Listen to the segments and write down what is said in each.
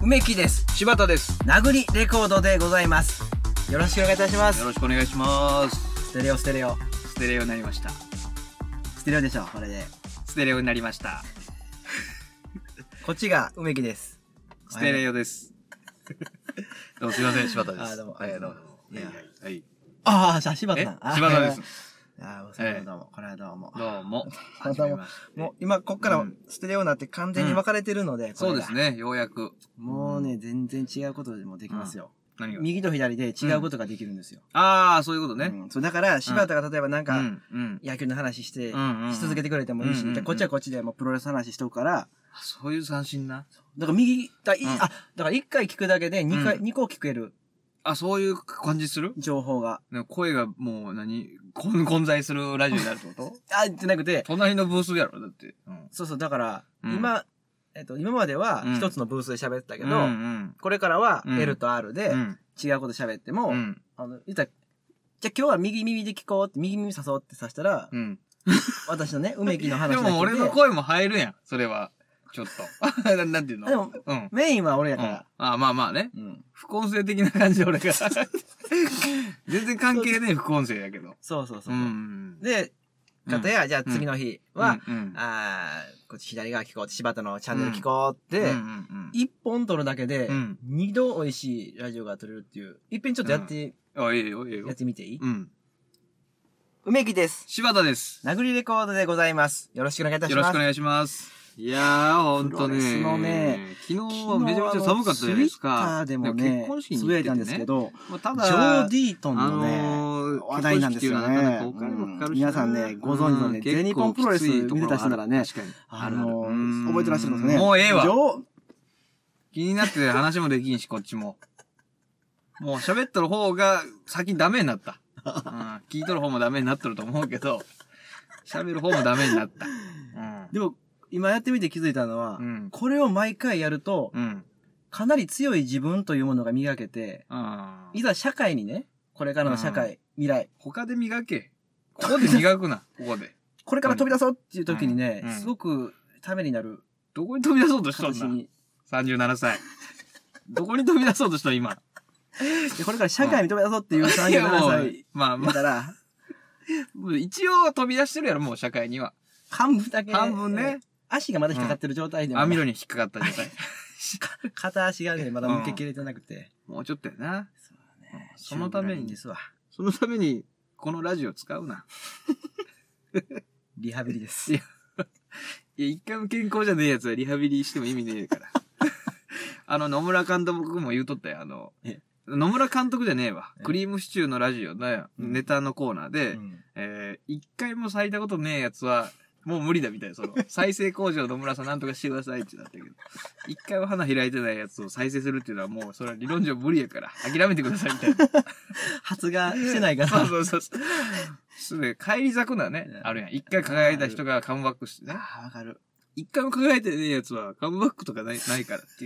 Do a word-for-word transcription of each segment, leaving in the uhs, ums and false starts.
梅木です。 柴田です。 殴りレコードでございます。よろしくお願いいたします。 よろしくお願いします。 ステレオステレオステレオになりました。 ステレオでしょこれで。 ステレオになりました。 こっちが梅木です。 ステレオです。どうもすいません、柴田です。 あ、どうも。 はい、どうも。 いや、 はい。 ああ、じゃあ柴田さん。 柴田です。 ああ、そうどうも。これはどうも。 どうも。 どうも。もう今こっからステレオになって完全に分かれてるので。 そうですね、ようやく。 もうね、全然違うことでもできますよ。 何が？ 右と左で違うことができるんですよ。 ああ、そういうことね。 そうだから柴田が例えばなんか野球の話してし続けてくれてもいいし、こっちはこっちでもプロレス話しとくから。 そういう斬新な。 だから右だあだから一回聞くだけで二回二個聞ける。 あ、そういう感じする？ 情報が。 声がもう何混在するラジオになるってこと？ あ、じゃなくて。 隣のブースやろだって。 そうそう、だから、今、えっと、今までは一つのブースで喋ってたけど、これからは L と R で違うこと喋っても、あの、言ったら、じゃあ今日は右耳で聞こうって、右耳誘うってさしたら、私のね、梅木の話だけで。 でも俺の声も入るやん、それは。ちょっと。な, なんていうの？ でも、うん、メインは俺やから。うん、 ああ、まあまあね。うん、副音声的な感じで俺が。全然関係ねえ副音声やけど。 そうそうそう。うん、で、かたや、じゃあ次の日は、うんうん、あこっち左側聞こうって、柴田のチャンネル聞こうって、一、うん、本撮るだけで、二度美味しいラジオが撮れるっていう。いっぺんちょっとやって、 うん、あ、いいよ、いいよ。 やってみていい？ うん。 梅木です。 柴田です。 殴りレコードでございます。よろしくお願いいたします。 よろしくお願いします。いやー、ほんとねー。 のね、 昨日はめちゃめちゃ寒かったじゃないですか。 ツイッターでもね、 結婚式につぶやいたんですけど、 ただ、 ジョー・ディートンのね、あのー、話題なんですよね。皆さんね、ご存知のね、全日本プロレス見てた人ならね、あのー、覚えてらっしゃるんですね。 もうええわ。気になって話もできんし、こっちも。もう喋っとる方が先にダメになった。うん、聞いとる方もダメになっとると思うけど、喋る方もダメになった。うん、 でも、今やってみて気づいたのは、うん、これを毎回やると、うん、かなり強い自分というものが磨けて、うん、いざ社会にね、これからの社会、うん、未来。 他で磨け。ここで磨くな、ここで。 これから飛び出そうっていう時にね、うん、すごくためになる。 どこに飛び出そうとしたんだ ?さんじゅうななさい。どこに飛び出そうとした今。 これから社会に飛び出そうっていうさんじゅうななさい。 まあまあ。 だから、 一応飛び出してるやろ、もう社会には。 半分だけ。 半分ね。 足がまだ引っかかってる状態でも、 うん。網戸に引っかかった状態。 片足がね、まだ向けきれてなくて。 うん、もうちょっとやな。 そうだね。 そのために、 ですわ。 そのために、このラジオ使うな。 リハビリです。 いや、いや一回も健康じゃねえやつはリハビリしても意味ねえから。あの、野村監督も言うとったよ。あの、野村監督じゃねえわ。クリームシチューのラジオのネタのコーナーで、うん、えー、一回も咲いたことねえやつは、もう無理だみたいな、その、再生工場野村さんなんとかしてくださいってなったけど、一回は花開いてないやつを再生するっていうのはもう、それは理論上無理やから、諦めてくださいみたいな。 発芽してないから。 そうそうそうそう。すぐ、帰り咲くのはね、あるやん。一回輝いた人がカムバックしてね。 ああ、わかる。 一回も輝いてねえやつはカムバックとかない、ないからっていう。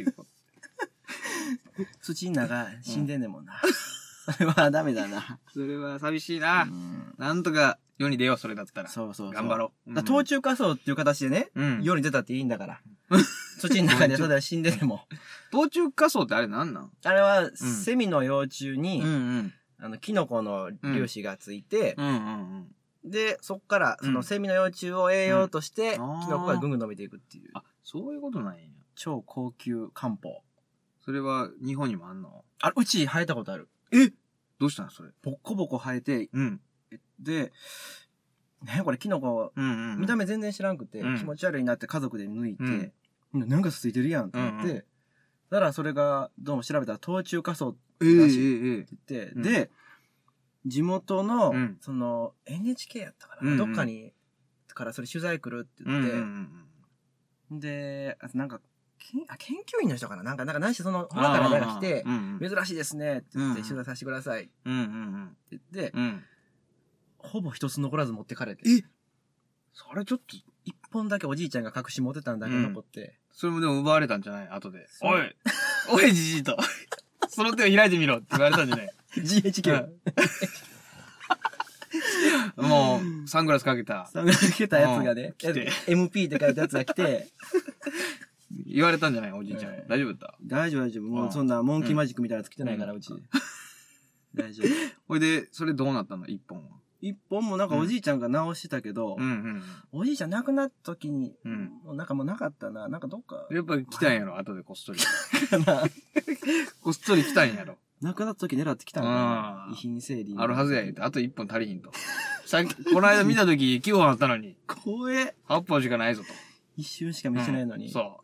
土の中死んでんねんもんな。うん、それはダメだな。 それは寂しいな。うん、なんとか世に出よう、それだったら。 そうそうそう。 頑張ろう。 だ冬中仮想っていう形でね、うん、世に出たっていいんだから。土の中でそれは死んでても。 冬中仮想ってあれなんなん？ あれは、セミの幼虫に、うんうん、あの、キノコの粒子がついて、うんうんうん、で、そっから、そのセミの幼虫を栄養として、うん、キノコがぐんぐん伸びていくっていう。 あ、そういうことなんや。 超高級漢方。 それは日本にもあんの？ あ、うち生えたことある。 え？どうしたのそれ？ ボコボコ生えて、 うん。 で、ねこれキノコ、うんうんうん、見た目全然知らんくて、うん、気持ち悪いなって家族で抜いて、うん、なんかついてるやんってなって、うんうん、だからそれがどうも調べたら冬中仮想らしいって言って、えーえー、で、地元の、うん、その エヌエイチケー やったかな、うんうん、どっかにからそれ取材来るって言って、うんうんうん、で、あとなんかあ研究員の人かななんか、なんか何してその、ほらからが来て、うんうん、珍しいですねって言って、取材させてください。うんうんうん、って言って、うん、ほぼ一つ残らず持ってかれて。 えそれちょっと、 一本だけおじいちゃんが隠し持ってたんだけど残って、うん。 それもでも奪われたんじゃない後で。おいおいじじいと。その手を開いてみろって言われたんじゃないジーエイチケー。 もう、サングラスかけた。 サングラスかけたやつがね、エムピー って書いたやつが来て、 言われたんじゃないおじいちゃん。大丈夫だった大丈夫大丈夫。もうそんなモンキーマジックみたいなのつけてないから、うち。大丈夫。 ほいで、それどうなったの一本は。 一本もなんかおじいちゃんが直してたけど、 うんうん。 おじいちゃん亡くなった時に、 うん。 もうなんかもうなかったな。なんかどっか。 やっぱ来たんやろ、後でこっそり。こっそり来たんやろ。 亡くなった時狙ってきたんかな。遺品整理。 あるはずや言うて、あと一本足りひんと。さっき、この間見た時きゅうほんあったのに。 怖え。 はっぽんしかないぞと。 一瞬しか見せないのに。 うん、そう。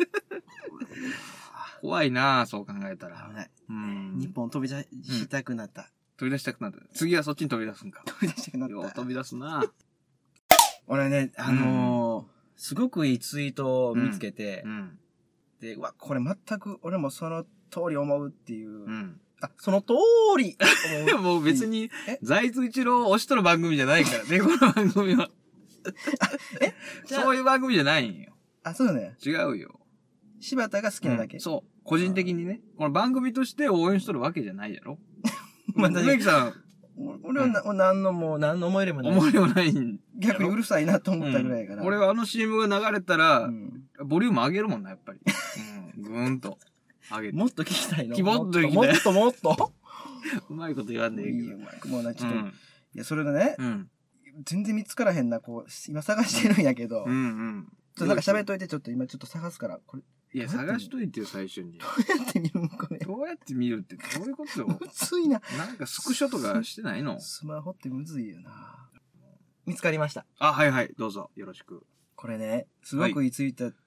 怖いなぁ、そう考えたら。 危ない。 うん。 日本飛び出したくなった。うん、 飛び出したくなった。次はそっちに飛び出すんか。 飛び出したくなった。 よう飛び出すなぁ。 俺ね、あのー、うん、すごくいいツイートを見つけて、 うんうん、 で、うわ、これ全く俺もその通り思うっていう。 うん、 あ、その通り思うもう別に、財津一郎推しとる番組じゃないからね、この番組は。えそういう番組じゃないんよ。 あ、そうね。 違うよ。 柴田が好きなだけ、 うん、そう。個人的にね。この番組として応援しとるわけじゃないやろ。まあ、植木さん。 俺はな、うん、何のもう、何の思い入れもない。 思い入れもないん。 逆にうるさいなと思ったぐらいかな。 うん、俺はあの シーエム が流れたら、うん、ボリューム上げるもんな、やっぱり。うん。ぐーんと。上げて。 もっと聞きたいの。 もっと聞きたい。 もっともっと。 うまいこと言わんでいいよ。うまくもうな、ちょっと。うん、いや、それがね、 うん、 全然見つからへんな、こう、今探してるんやけど。 うんうん。 ちょっとなんか喋っといて、ちょっと今ちょっと探すから、これ。 いや、探しといてよ、最初に。 どうやって見るのこれ。 どうやって見るってどういうことよ。 むずいな。 なんかスクショとかしてないの？ スマホってむずいよな。見つかりました。 あ、はいはい、どうぞ、よろしく。 これね、すごくいいツイートって、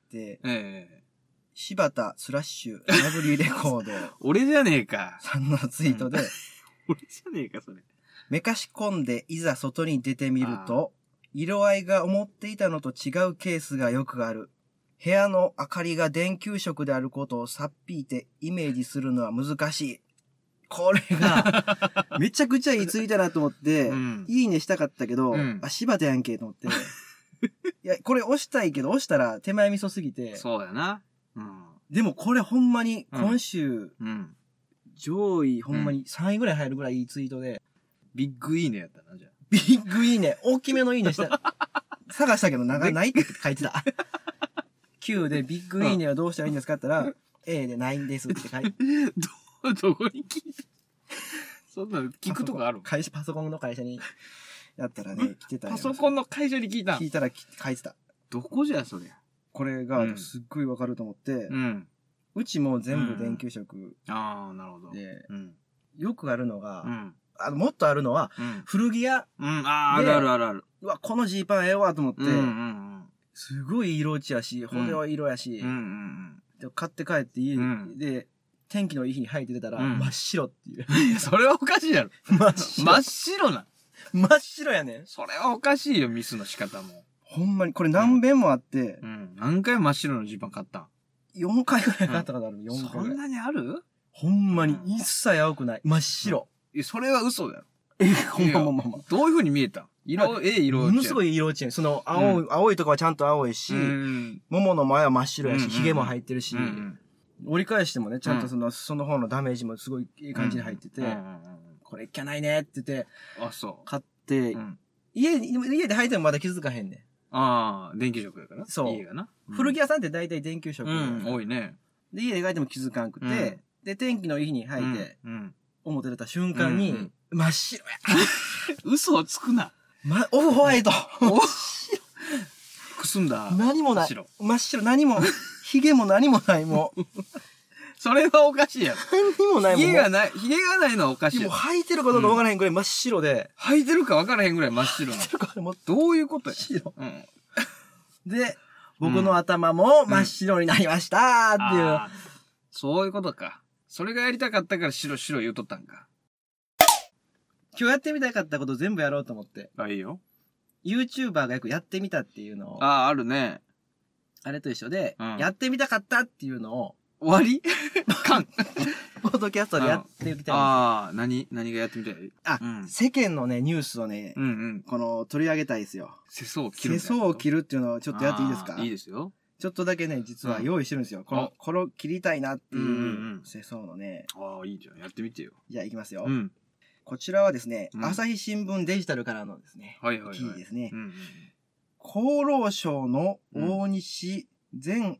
はい、ええー。 柴田スラッシュラブリーレコード。 俺じゃねえか。 さんのツイートで。 俺じゃねえか、それ。 めかし込んでいざ外に出てみると、色合いが思っていたのと違うケースがよくある。部屋の明かりが電球色であることをさっぴいてイメージするのは難しい。これが、めちゃくちゃいいツイートだなと思って、うん、いいねしたかったけど、うん、あ、柴田やんけと思って。いや、これ押したいけど、押したら手前味噌すぎて。 そうやな。うん、でもこれほんまに今週、 うん、 上位ほんまにさんいぐらい入るぐらいいいツイートで。 ビッグいいねやったな、じゃあ。 ビッグいいね。大きめのいいねした。探したけど長ないって書いてた。きゅうでビッグいいねはどうしたらいいんですかって言ったら、A でないんですって書いて。 ど、どこに聞いてそんなの聞くとかある会社、パソコンの会社にやったらね、来てたよ。 パソコンの会社に聞いた聞いたら書いてた。 どこじゃ、そりゃ。 これがすっごいわかると思って、うん、うちも全部電球色。うん、 ああ、なるほど。 で、 うん、 よくあるのが、 うん、 あの、もっとあるのは、うん、古着屋。 うん、ああ、あるあるあるある。 うわ、このジーパンええわと思って、 うんうんうん、 すごい色落ちやし、骨は色やし、 うんうんうん、 で買って帰って家で、うん、で、天気のいい日に履いて出たら、真っ白っていう。 いや、それはおかしいやろ。 真っ白。 真っ白な。 真っ白やねん。 それはおかしいよ、ミスの仕方も。 ほんまに、これ何遍もあって、 うん。うん、何回真っ白のジーパン買ったん ? よん 回ぐらい買ったことある、うん、よんかいぐらい。 そんなにあるほんまに、一切青くない。真っ白。 うん、それは嘘だよ。 え、ほんまままま。 どういう風に見えたん色、ええ色落ち。 ものすごい色落ちやん。その、青い、うん、青いとこはちゃんと青いし、ももの前は真っ白やし、髭も入ってるし、うんうん、折り返してもね、ちゃんとその、うん、その方のダメージもすごいいい感じに入ってて、うんうんうん、これいけないねって言って、 あ、そう。 買って、うん、家、家で履いてもまだ気づかへんねん。 ああ、電球色やから。 そう。 家がな。 うん、古着屋さんって大体電球色。 うん、多いね。 で、家で履いても気づかんくて、うん、で、天気のいい日に履いて、うんうん、表出た瞬間に、うんうん、真っ白や。 嘘をつくな。 ま、オフホワイト。 くすんだ。 何もない。真っ白。何も、髭も何もない、もう。 それはおかしいやろ。 何もないもん。 髭がない、髭がないのはおかしい。 もう履いてるかどうかわからへんぐらい真っ白で。 うん、履いてるかわからへんぐらい真っ白なの。 履いてるかもうどういうことや。 白。 うん。 で、僕の頭も真っ白になりましたっていう、うん。 そういうことか。それがやりたかったから白白言うとったんか。 今日やってみたかったこと全部やろうと思って。 あ、いいよ。 YouTuber がよくやってみたっていうのを。 ああ、あるね。 あれと一緒で、うん、やってみたかったっていうのを。 終わりかん。 ポッドキャストでやってみたいんですよ。 ああ、何何がやってみたいあ、うん、世間のね、ニュースをね、 うんうん、 この、取り上げたいですよ。 世相を切る。 世相を切るっていうのをちょっとやっていいですか？ いいですよ。 ちょっとだけね、実は用意してるんですよ。うん、この、これを切りたいなっていう、世相のね。 ああ、いいじゃん。やってみてよ。 じゃあ行きますよ。 うん、 こちらはですね、うん、朝日新聞デジタルからのですね、 はいはいはい、 記事ですね。 うんうん、 厚労省の大西前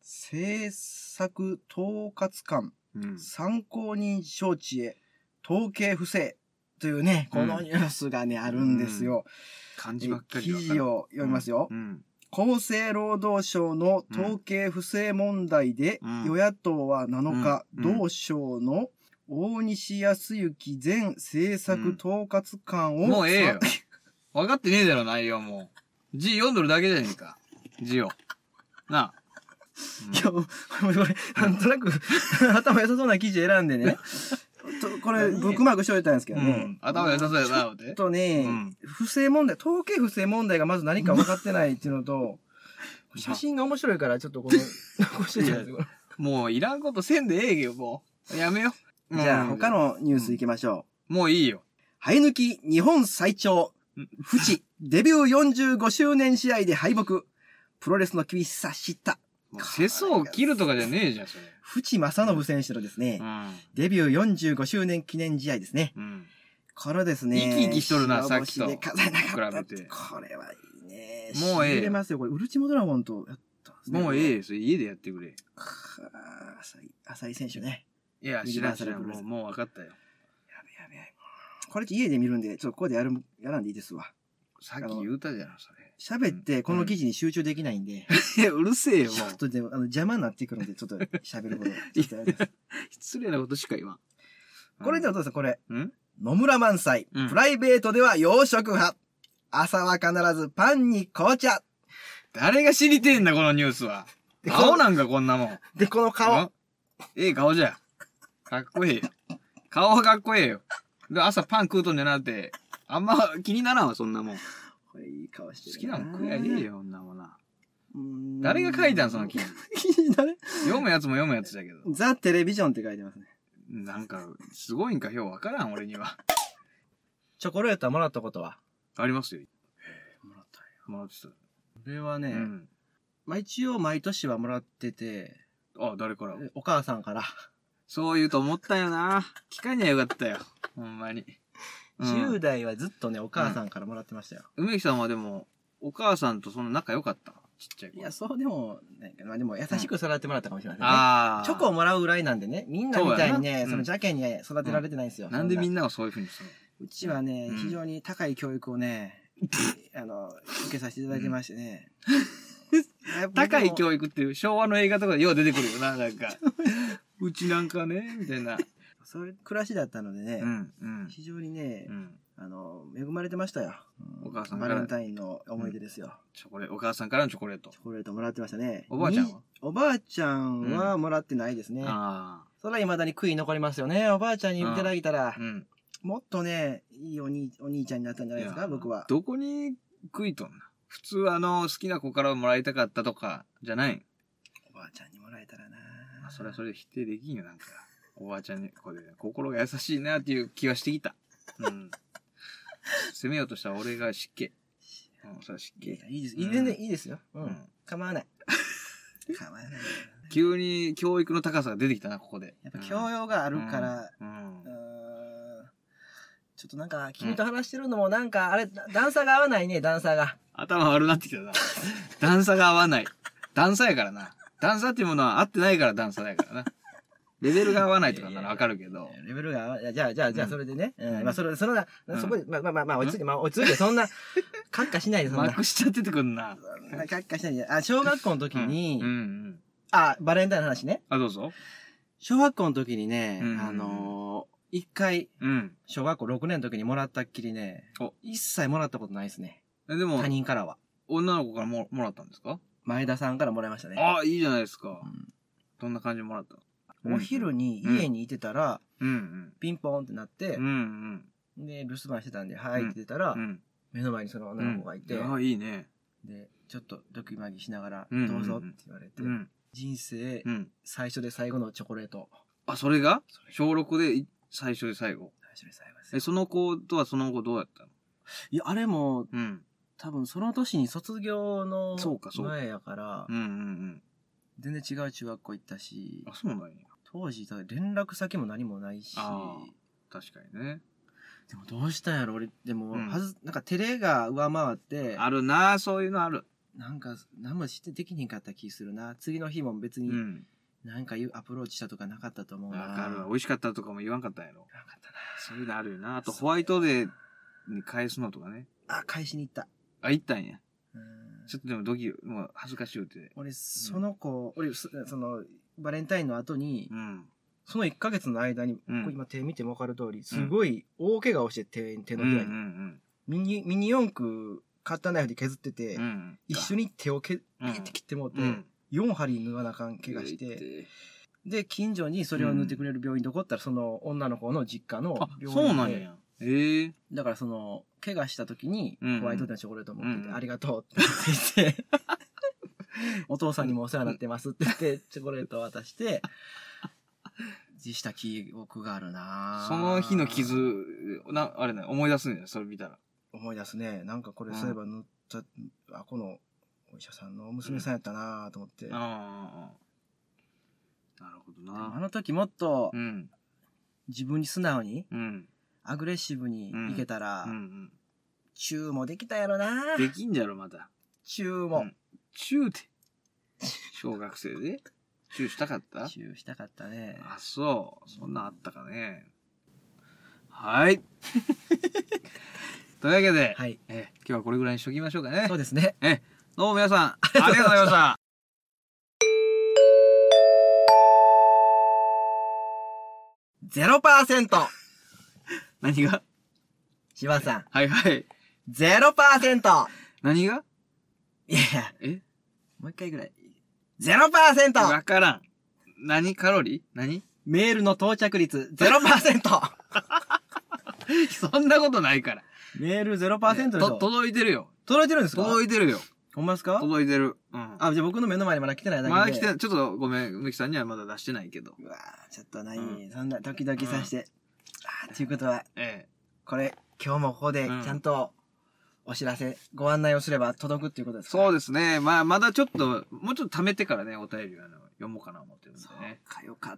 政策統括官、うん、参考人招致へ、統計不正というね、このニュースがね、うん、あるんですよ。 うん、漢字ばっかり。 記事を読みますよ。うんうん厚生労働省の統計不正問題で、うん、与野党はなのか、うん、同省の大西康之前政策統括官を、 うん、もうええよ。分かってねえだろ、内容もう。字読んどるだけじゃねえか。字を。なあ。 うん、いや、これ、なんとなく、頭良さそうな記事選んでね。これ、ブックマークしといたんですけどね。うん、 頭良さそうやな、 ちょっとね、うん、不正問題、統計不正問題がまず何か分かってないっていうのと、写真が面白いから、ちょっとこの、残してたんですよ。 もういらんことせんでええよ、もう。やめよ。 じゃあ、他のニュース行きましょう。もういいよ。 生え抜き日本最長。フチ、デビューよんじゅうごしゅうねん試合で敗北。プロレスの厳しさ知った。 世相を切るとかじゃねえじゃん、それ。 淵正信選手のですね、うん、デビューよんじゅうごしゅうねん記念試合ですね。うん、これですね。 生き生きしとるな、さっきと。比べて。これはいいね。 もうええ。 入れますよ、これ。ウルチモドラゴンとやったんですね。 もうええ、それ家でやってくれ。 浅井、浅井選手ね。 いや、知らん知らん。もう、もう分かったよ。やべやべやべ。これ家で見るんで、ちょっとここでやる、やらんでいいですわ。 さっき言うたじゃん、それ。 喋って、この記事に集中できないんで。 いや、うるせえよ、もう。 ちょっとでも、あの、邪魔になってくるんで、ちょっと喋ること。 失礼なことしか言わん。 これではどうですか、これ。ん野村萬斎、うん。プライベートでは洋食派。朝は必ずパンに紅茶。 誰が知りてえんだ、このニュースは。顔なんか、こんなもん。 で、この顔。 ええ顔じゃ。かっこいい。顔はかっこいいよ。で、朝パン食うとんねんなって。あんま気にならんわ、そんなもん。 これいい顔してる。 好きなもん食えねえよ、女もな。誰が書いたん、その記事。 誰読むやつも読むやつだけど。 ザ・テレビジョンって書いてますね。 なんか、すごいんか、ようわからん、俺には。 チョコレートはもらったことはありますよ。 もらったよ。 もらってた。これはね、うん、まあ一応毎年はもらってて。 あ、誰から？ お母さんから。 そう言うと思ったよな。聞かにゃよかったよ。ほんまに。 じゅう代はずっとね、お母さんからもらってましたよ。 梅木さんはでも、お母さんとその仲良かったちっちゃい子。 いや、そうでもないかな。まあでも優しく育ててもらったかもしれませんね。ああ。チョコをもらうぐらいなんでね、みんなみたいにね、その邪気に育てられてないんですよ。 なんでみんながそういう風にするの？ うちはね、非常に高い教育をね、あの、受けさせていただいてましてね。 高い教育っていう昭和の映画とかでよう出てくるよな、なんか。うちなんかね、みたいな。 そういう暮らしだったのでね、うんうん、非常にね、うん、あの、恵まれてましたよ。 お母さんから。 バレンタインの思い出ですよ。うん、 チョコレート、お母さんからのチョコレート。 チョコレートもらってましたね。 おばあちゃんはおばあちゃんはもらってないですね。うん、あそれは未だに悔い残りますよね。おばあちゃんにいただいたら、うん、もっとね、いいお兄お兄ちゃんになったんじゃないですか、僕は。 どこに悔いとんな。普通あの、好きな子からもらいたかったとか、じゃない。 おばあちゃんにもらえたらな。 まあ、それはそれで否定できんよ、なんか。おばあちゃんに、これ、心が優しいなっていう気がしてきた。うん。攻めようとしたら俺が湿気。うん、それは湿気。 いいです。いいね、いいですよ。うん。構わない。構わない。 急に教育の高さが出てきたな、ここで。 やっぱ教養があるから、うん。ちょっとなんか、君と話してるのもなんか、あれ、段差が合わないね、段差が。 頭悪なってきたな。段差が合わない。段差やからな。段差っていうものは合ってないから段差だからな。レベルが合わないとかならわかるけど。 レベルが合わない。じゃあ、じゃあ、じゃあ、それでね。うん。まあ、それ、そのな、そこで、まあまあまあ、まあ、追いついて、まあ、追いついて、そんな、カッカしないで、そんな。 マックしちゃっててくんな。 そんなカッカしないで。あ、小学校の時に、うんうん。あ、バレンタインの話ね。 あ、どうぞ。 小学校の時にね、あの、一回、小学校ろくねんの時にもらったっきりね、一切もらったことないですね。 でも、 他人からは。 女の子からも、もらったんですか？ 前田さんからもらいましたね。 ああ、いいじゃないですか。どんな感じでもらったの？お昼に家にいてたら、ピンポーンってなって、で、留守番してたんで、はいって出たら、目の前にその女の子がいて、 ああ、いいね。 で、ちょっとドキマギしながら、どうぞって言われて、人生、最初で最後のチョコレート。 あ、それが小ろくで最初で最後。 最初で最後です。 え、その子とはその後どうやったの？ いや、あれも、うん、多分その年に卒業の前やから、 うんうんうん、 全然違う中学校行ったし、 あ、そうなんや。 当時、連絡先も何もないし、 あ確かにね。 でもどうしたんやろ俺、でも、うん、はず、なんか照れが上回って、 あるなそういうのある。 なんか、何もしてできひんかった気するな。次の日も別に、なんかアプローチしたとかなかったと思うな。 わかるわ。美味しかったとかも言わんかったんやろ。 言わんかったな。 そういうのあるよな。あと、ホワイトデーに返すのとかね。 あ、返しに行った。 あ、行ったんや。ちょっとでもドキ、もう恥ずかしいよって。 俺、その子、俺、その、バレンタインの後に、そのいっかげつの間に、今手見てもわかる通り、すごい大怪我をして手、手のひらに。ミニ、ミニ四駆、カッターナイフで削ってて、一緒に手をけ、ピーって切ってもうて、よん針縫わなあかん怪我して、で、近所にそれを塗ってくれる病院どこったら、その女の子の実家の病院で。 そうなんや。ええ。 だからその、怪我した時に、ホワイトデーのチョコレート持ってて、ありがとうって言って、お父さんにもお世話になってますって言って、チョコレートを渡して、自した記憶があるなその日の傷、な、あれね、思い出すんや、それ見たら。 思い出すね。なんかこれそういえば塗った、あ、この、お医者さんの娘さんやったなと思って。ああ。なるほどな。 あの時もっと、自分に素直に、アグレッシブにいけたら、チューもできたやろな。 できんじゃろ、また。 チューも。 チューって。小学生でチューしたかった？ チューしたかったね。 あ、そう。そんなんあったかね。はい。というわけで、はい、え今日はこれぐらいにしときましょうかね。 そうですね。 えどうも皆さん、ありがとうございました。 ゼロパーセント! 何が柴田さん。 はいはい。 ゼロパーセント! 何がいやいや。 えもう一回ぐらい。ゼロパーセント! わからん。何カロリー何メールの到着率 ゼロパーセント! そんなことないから。 メール ゼロパーセント でしょ。 届いてるよ。 届いてるんですか？ 届いてるよ。 ほんまですか？ 届いてる。 うん。あ、じゃあ僕の目の前にまだ来てないだけで。 まだ来てない。ちょっとごめん、むきさんにはまだ出してないけど。 うわぁ、ちょっと何、うん、そんなドキドキさせて。うん、あー、ということは、ええ、これ、今日もここでちゃんとお知らせ、うん、ご案内をすれば届くっていうことですか？ そうですね。まあ、まだちょっと、もうちょっと貯めてからね、お便りを読もうかな思ってるんでね。 そうか、よかった。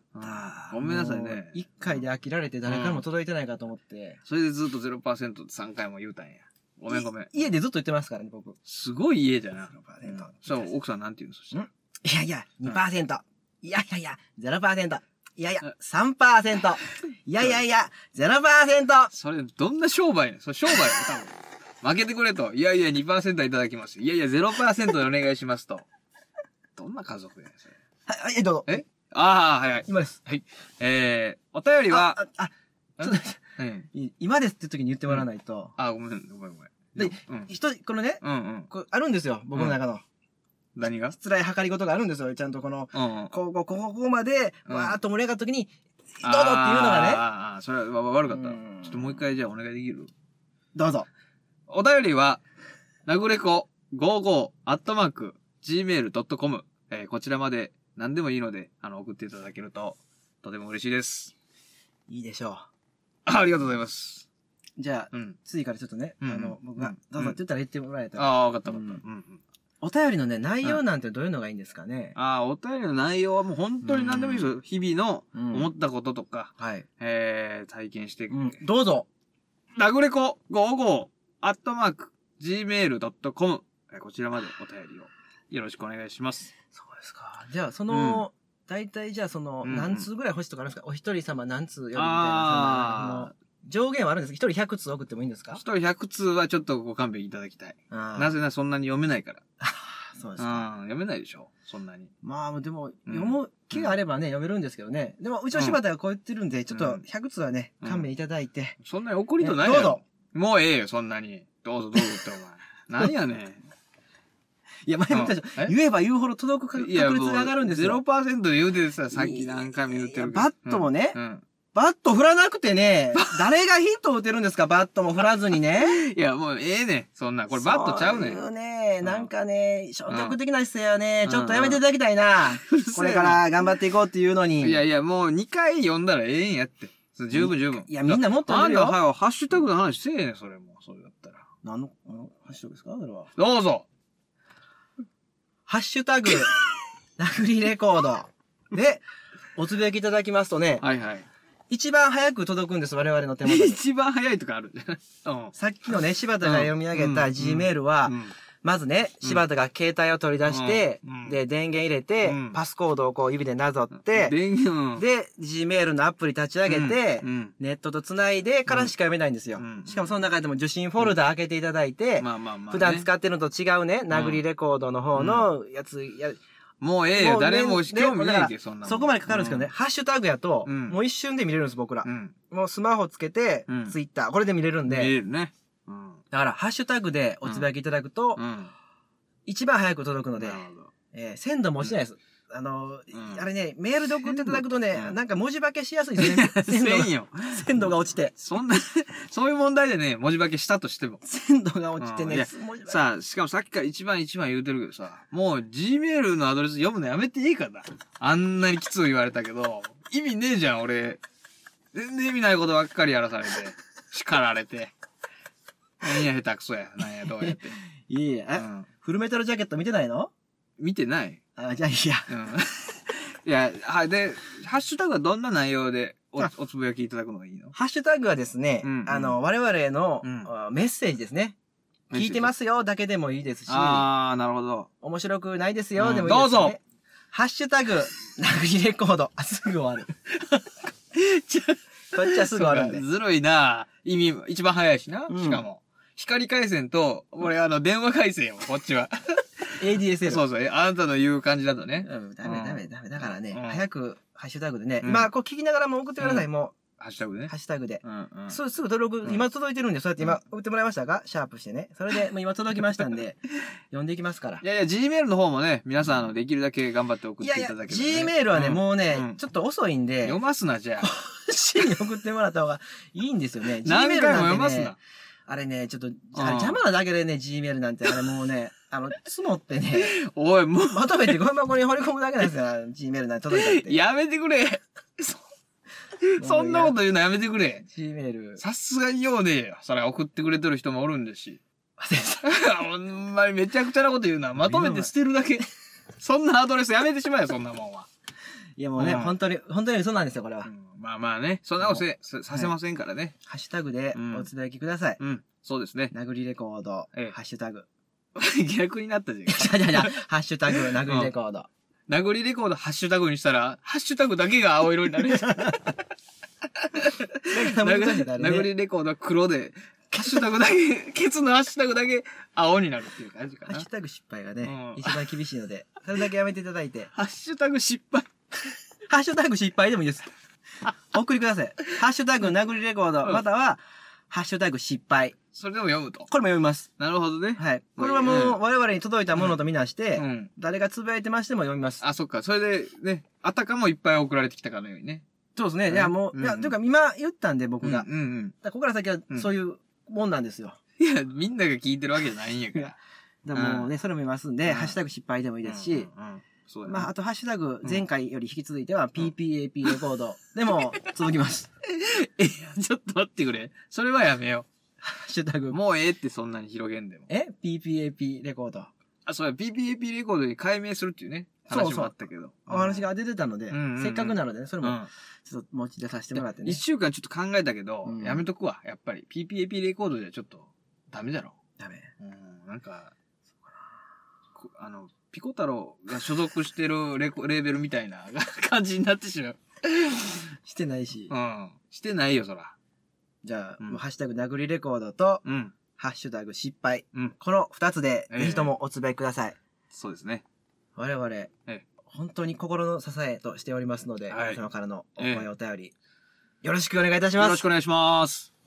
ごめんなさいね。 一回で飽きられて誰からも届いてないかと思って。うん、 それでずっと ゼロパーセント ってさんかいも言うたんや。ごめんごめん。 家でずっと言ってますからね、僕。 すごい家じゃな。ゼロパーセント。そう、奥さんなんて言うのそしたら。 いやいや、にパーセント。いやいやいや、ゼロパーセント。いやいや、さんパーセント。いやいやいや、ゼロパーセント。 それ、どんな商売やそれ商売や多分。負けてくれと。いやいや、にパーセント いただきます。いやいや、ゼロパーセント でお願いしますと。どんな家族やそれ。 はい、どうぞ。 えああ、はいはい。 今です。 はい。えー、お便りは、 あ、あ、ちょっと、今ですって時に言ってもらわないと。 あ、ごめん、ごめん、ごめん。 で、一人、このね、これあるんですよ、僕の中の。 何が失礼計り事があるんですよ、ちゃんとこの、ここ、ここ、ここまで、わーっと盛り上がった時に、どうぞっていうのがね。 ああ、それは悪かった。ちょっともう一回じゃあお願いできる？ どうぞ。 お便りは、ラグレコごじゅうごアットマークジーメールドットコム、えー、こちらまで何でもいいので、あの、送っていただけると、とても嬉しいです。 いいでしょう。 あ、ありがとうございます。 じゃあ、うん、次からちょっとね、うん、あの、僕が、どうぞって言ったら言ってもらえたら。 ああ、わかったわかった。うんうん、 お便りのね、内容なんてどういうのがいいんですかね？ ああ、お便りの内容はもう本当に何でもいいですよ。日々の思ったこととか、はい。えー、体験して、 どうぞ。 ラグレコごじゅうごアットマークジーメールドットコム、こちらまでお便りをよろしくお願いします。 そうですか。じゃあ、その、大体じゃあその、何通ぐらい欲しいとかあるんですか？お一人様何通よりみたいな。上限はあるんですか？一人ひゃくつ送ってもいいんですか？ 一人ひゃくつはちょっとご勘弁いただきたい。なぜならそんなに読めないから。 そうですか。 読めないでしょそんなに。 まあでも、読む気があればね、読めるんですけどね。でも、うちの柴田がこう言ってるんで、ちょっとひゃくつはね、勘弁いただいて。 そんなに怒りとないよ。どうぞ。もうええよ、そんなに。どうぞどうぞってお前。何やねん。 いや、前も言ったでしょ。言えば言うほど届く確率が上がるんですよ。 ゼロパーセント で言うてさ、さっき何回も言ってるけど。 バットもね、バット振らなくてね、誰がヒットを打てるんですか、バットも振らずにね。 いや、もうええねん。そんな。これバットちゃうねん。 そういうね、なんかね、消極的な姿勢はね、ちょっとやめていただきたいな。これから頑張っていこうっていうのに。 いやいや、もうにかい読んだらええんやって。十分十分。 いや、みんなもっと読るよ。 あんた、ハッシュタグの話せえねん、それも。それだったら。 何の、ハッシュタグですかそれは。 どうぞ。 ハッシュタグ、ラグリレコード。で、おつぶやきいただきますとね。 はいはい。 一番早く届くんです、我々の手元に。 一番早いとかあるんじゃない？ さっきのね、柴田が読み上げた G メールは、 まずね、柴田が携帯を取り出して、 うん、 で、電源入れて、うん、パスコードをこう指でなぞって、電源で、Gmail のアプリ立ち上げて、うん、ネットと繋いでからしか読めないんですよ。うん、しかもその中でも受信フォルダ開けていただいて、うん、普段使ってるのと違うね、殴りレコードの方のやつ、やもうええよ、誰も興味ないけど、そんな。 そこまでかかるんですけどね、ハッシュタグやと、もう一瞬で見れるんです、僕ら。もうスマホつけて、ツイッター、これで見れるんで。 見れるね。 だから、ハッシュタグでおつぶやきいただくと、一番早く届くので、えー、鮮度も落ちないです。あの、うん、あれね、メールで送っていただくとね、うん、なんか文字化けしやすいですね。 鮮よ。 鮮度が落ちて。 そんな、そういう問題でね、文字化けしたとしても。 鮮度が落ちてね。 さあ、しかもさっきから一番一番言うてるけどさ、もう Gmail のアドレス読むのやめていいかな。あんなにきつく言われたけど、意味ねえじゃん、俺。全然意味ないことばっかりやらされて、叱られて。何や下手くそや。なんや、どうやって。 いいえ、うん、フルメタルジャケット見てないの？ 見てない。 あ、じゃあいいや。 うん。いや、はい。で、ハッシュタグはどんな内容でお、おつぶやきいただくのがいいの？ ハッシュタグはですね、うんうん、あの、我々への、うん、メッセージですね。聞いてますよだけでもいいですし。 あー、なるほど。 面白くないですよ、うん、でもいいですね。どうぞ。ハッシュタグ、殴りレコード。あ、すぐ終わる。こっちはすぐ終わるんで。 ずるいな意味、一番早いしな、うん、しかも。光回線と、俺あの、電話回線よ、こっちは。 エーディーエスエル。 そうそう、あなたの言う感じだとね。 うん、ダメダメダメ。だからね、うん、早く、ハッシュタグでね、うん、今、こう聞きながらも送ってください、うん、もう。 ハッシュタグでね。 ハッシュタグで。 うんうん。 すぐ、すぐ届く、今届いてるんで、そうやって今、送ってもらいましたかシャープしてね。それで、もう今届きましたんで、読んでいきますから。 いやいや、Gmail の方もね、皆さん、あの、できるだけ頑張って送っていただければ、ね。 いやいや、Gmail はね、もうね、ちょっと遅いんで。 読ますな、じゃあ。 C に送ってもらった方がいいんですよね。 何回も読ますな。 あれね、ちょっと、あれ邪魔なだけでね、Gmail なんて、あれもうね、あの、積もってね。 おい、もう。 まとめてゴミ箱に掘り込むだけなんですよ、Gmail なんて届いたって。 やめてくれ。そんなこと言うのやめてくれ。 Gmail。 さすがにようねえよ。それ送ってくれてる人もおるんですし。ほんまにめちゃくちゃなこと言うな。まとめて捨てるだけ。そんなアドレスやめてしまえよ、そんなもんは。 いやもうね、うん、本当に、本当に嘘なんですよ、これは。うん、 まあまあね、そんなことせ、させませんからね、はい。 ハッシュタグでおつぶやきください。 うん、うん、そうですね。 殴りレコード、ええ、ハッシュタグ。 逆になったじゃん。 じゃじゃじゃ、ハッシュタグ、殴りレコード。 うん、殴りレコード、ハッシュタグにしたら、ハッシュタグだけが青色になる。殴りレコードは黒で、ハッシュタグだけ、ケツのハッシュタグだけ青になるっていう感じかな。 ハッシュタグ失敗がね、うん、一番厳しいので、それだけやめていただいて。 ハッシュタグ失敗。 ハッシュタグ失敗でもいいです。お送りください。ハッシュタグ殴りレコード、または、ハッシュタグ失敗。 それでも読むと。 これも読みます。 なるほどね。 はい。これはもう、我々に届いたものとみなして、うん、誰がつぶやいてましても読みます。 あ、そっか。それで、ね、あたかもいっぱい送られてきたかのようにね。 そうですね。いや、もう、いや、というか今言ったんで僕が。うんうん。ここから先はそういうもんなんですよ。 いや、みんなが聞いてるわけじゃないんやから。 でもね、それも見ますんで、ハッシュタグ失敗でもいいですし、そうまあ、あと、ハッシュタグ、前回より引き続いては、ピーピーエーピー レコードでも続きます。 え、ちょっと待ってくれ。それはやめよう。 ハッシュタグ。 もうええってそんなに広げんでも。 え ピーピーエーピー レコード。 あ、そうや、ピーピーエーピー レコードに改名するっていうね、話もあったけど。 お話が出てたので、せっかくなのでね、それも、ちょっと持ち出させてもらってね。 一週間ちょっと考えたけど、やめとくわ、やっぱり。ピーピーエーピー レコードじゃちょっと、ダメだろ。 ダメ。 うん、なんか、あの、ピコ太郎が所属してるレコレーベルみたいな感じになってしまう。 してないし。 うん。してないよ、そら。 じゃあ、うん、もうハッシュタグ殴りレコードと、うん、ハッシュタグ失敗。うん、この二つで、ぜひともおつぶやきください。えー、 そうですね。 我々、えー、本当に心の支えとしておりますので、はい、皆様からのお声、お便り、よろしくお願いいたします。 よろしくお願いします。